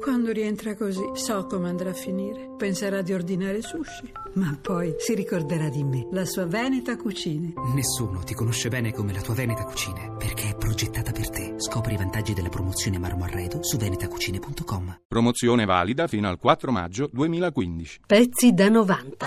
Quando rientra così, so come andrà a finire. Penserà di ordinare sushi, ma poi si ricorderà di me, la sua Veneta Cucine. Nessuno ti conosce bene come la tua Veneta Cucine, perché è progettata per te. Scopri i vantaggi della promozione Marmo Arredo su venetacucine.com. Promozione valida fino al 4 maggio 2015. Pezzi da 90.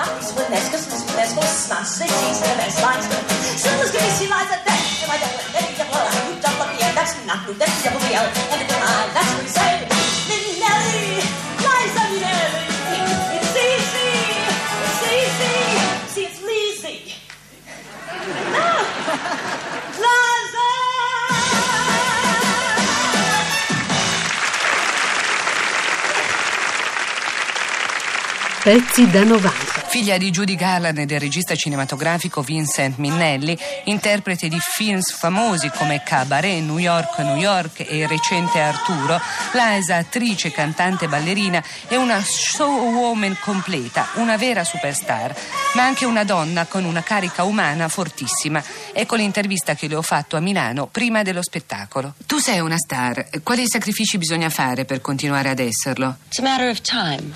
Pezzi da 90. Figlia di Judy Garland e del regista cinematografico Vincent Minnelli, interprete di films famosi come Cabaret, New York, New York e il recente Arturo, Liza, attrice, cantante, ballerina, è una showwoman completa, una vera superstar, ma anche una donna con una carica umana fortissima. Ecco l'intervista che le ho fatto a Milano prima dello spettacolo. Tu sei una star, quali sacrifici bisogna fare per continuare ad esserlo? It's a matter of time.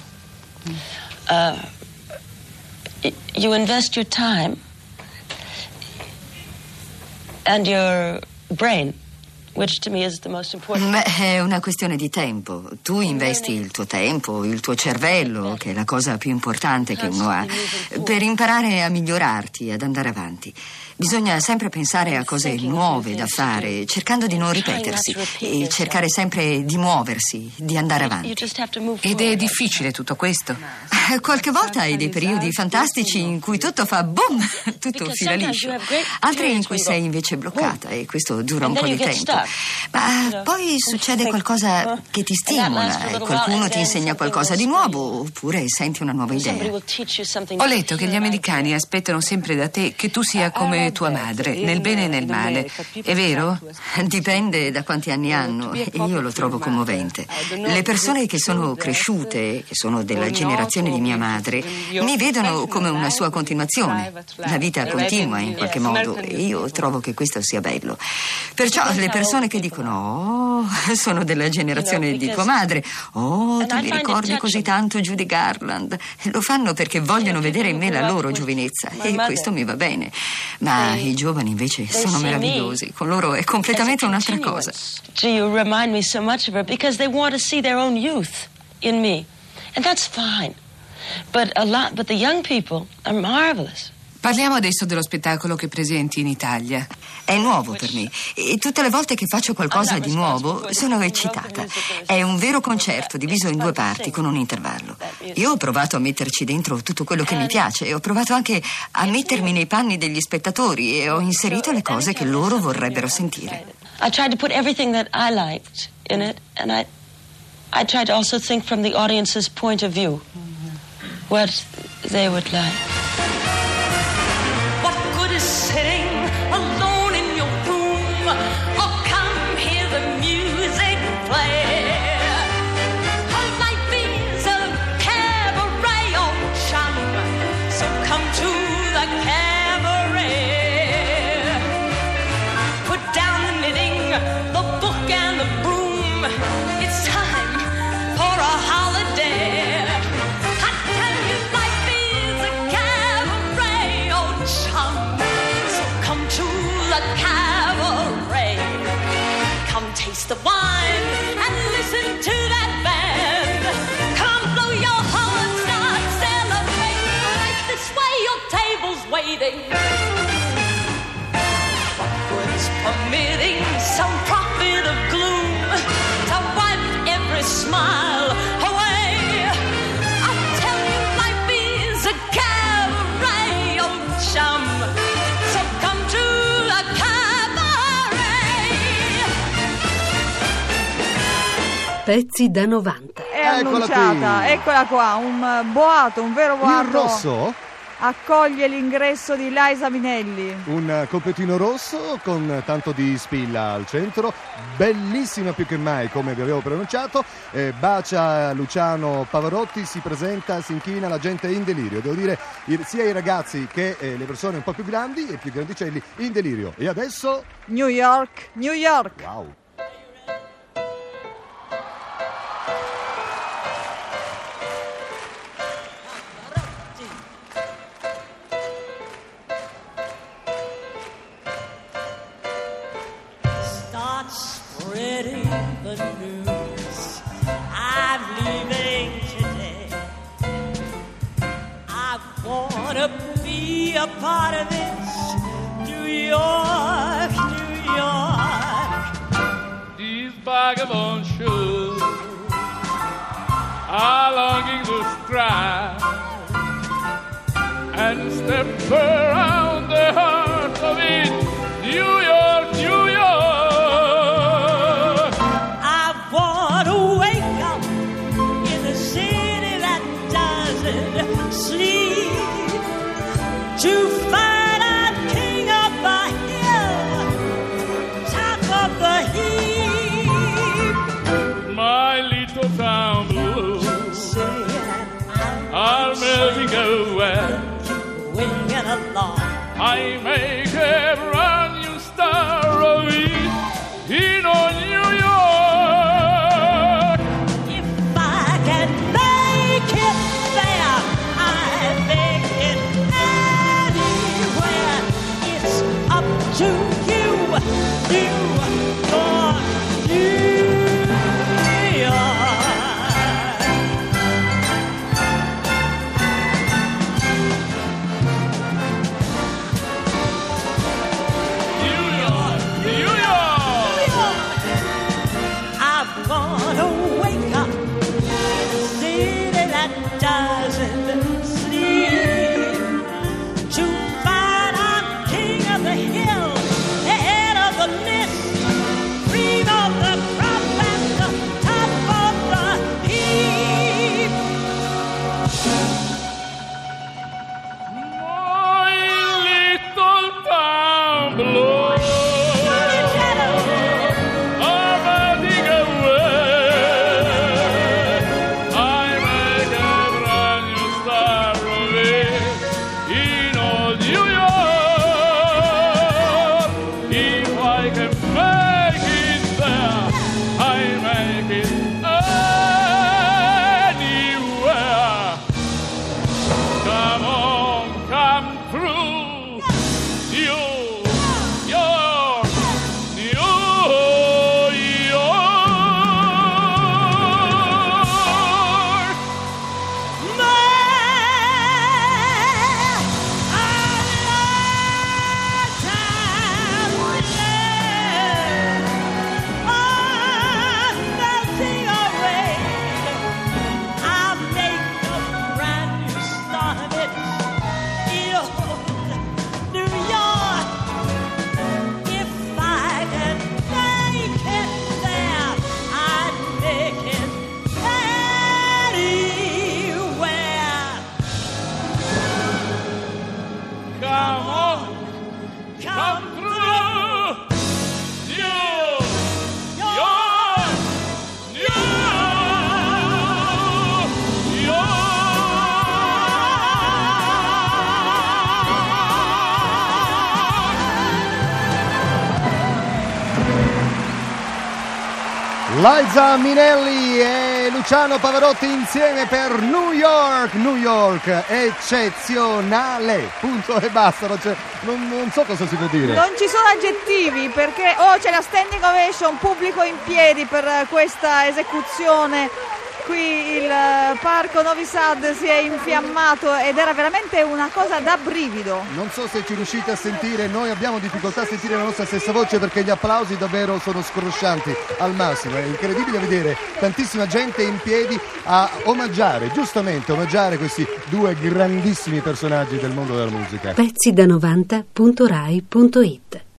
You invest your time and your brain, which to me is the most important. Beh, è una questione di tempo. Tu investi il tuo tempo, il tuo cervello, che è la cosa più importante che uno ha, per imparare a migliorarti, ad andare avanti. Bisogna sempre pensare a cose nuove da fare, cercando di non ripetersi e cercare sempre di muoversi, di andare avanti. Ed è difficile tutto questo? Qualche volta hai dei periodi fantastici in cui tutto fa boom, tutto fila liscio. Altri in cui sei invece bloccata e questo dura un po' di tempo. Ma poi succede qualcosa che ti stimola e qualcuno ti insegna qualcosa di nuovo oppure senti una nuova idea. Ho letto che gli americani aspettano sempre da te che tu sia come tua madre, nel bene e nel male. È vero? Dipende da quanti anni hanno e io lo trovo commovente. Le persone che sono cresciute, che sono della generazione di mia madre, mi vedono come una sua continuazione. La vita continua in qualche modo e io trovo che questo sia bello. Perciò le persone che dicono "Oh, sono della generazione di tua madre", "Oh, tu mi ricordi così tanto Judy Garland", lo fanno perché vogliono vedere in me la loro giovinezza e questo mi va bene. Ma i giovani invece sono meravigliosi, con loro è completamente un'altra cosa. You remind me so much of her because they want to see their own youth in me, and that's fine. But the young people are marvelous. Parliamo adesso dello spettacolo che presenti in Italia. È nuovo per me e tutte le volte che faccio qualcosa di nuovo sono eccitata. È un vero concerto diviso in 2 parti con un intervallo. Io ho provato a metterci dentro tutto quello che mi piace e ho provato anche a mettermi nei panni degli spettatori e ho inserito le cose che loro vorrebbero sentire. I tried to put everything that I liked in it, and I tried to also think from the audience's point of view, what they would like. Sitting alone in your room, or come hear the music play. Her life is a cabaret, oh chum, so come to the cabaret. Put down the knitting, the book and the broom. It's time for a holiday. I tell you, life is a cabaret, oh chum. Come to the cabaret. Come taste the wine and listen to that band. Come blow your horn, start celebrating. Right this way, your table's waiting. Backward's permitting some prophet of gloom to wipe every smile away. I tell you, life is a cabaret, oh chum. Pezzi da 90. È annunciata, eccola qua, un boato, un vero boato. Il rosso? Accoglie l'ingresso di Liza Minnelli. Un completino rosso con tanto di spilla al centro, bellissima più che mai come vi avevo preannunciato, bacia Luciano Pavarotti, si presenta, si inchina, la gente è in delirio, devo dire sia i ragazzi che le persone un po' più grandi e più grandicelli in delirio. E adesso New York, New York. Wow. a part of this. New York, New York. These vagabond shoes are longing to stride and step around the heart of it. New York, New York. I want to wake up in the city that doesn't sleep, to find a king of the hill, top of the heap. My little town blues are melting away. Winging along, I make a brand new star of it in New York. if I can make it there, I make it anywhere. It's up to you, New York, New York. New York, New York. I wanna wake up in a city that doesn't sleep, to find I'm king of the hill, head of the list, cream of the crop and the top of the heap. My little town blues are melting away. I make a brand new star of it in old New York. If I can make it there, I make it anywhere. Come on, come through, New York, New York. Come on, come through, New York, New Liza Minnelli e Luciano Pavarotti insieme per New York, New York, eccezionale, punto e basta, non so cosa si può dire. Non ci sono aggettivi perché c'è la standing ovation, pubblico in piedi per questa esecuzione. Qui il parco Novi Sad si è infiammato ed era veramente una cosa da brivido. Non so se ci riuscite a sentire, noi abbiamo difficoltà a sentire la nostra stessa voce perché gli applausi davvero sono scroscianti al massimo. È incredibile vedere tantissima gente in piedi a giustamente omaggiare questi due grandissimi personaggi del mondo della musica. Pezzi da 90.rai.it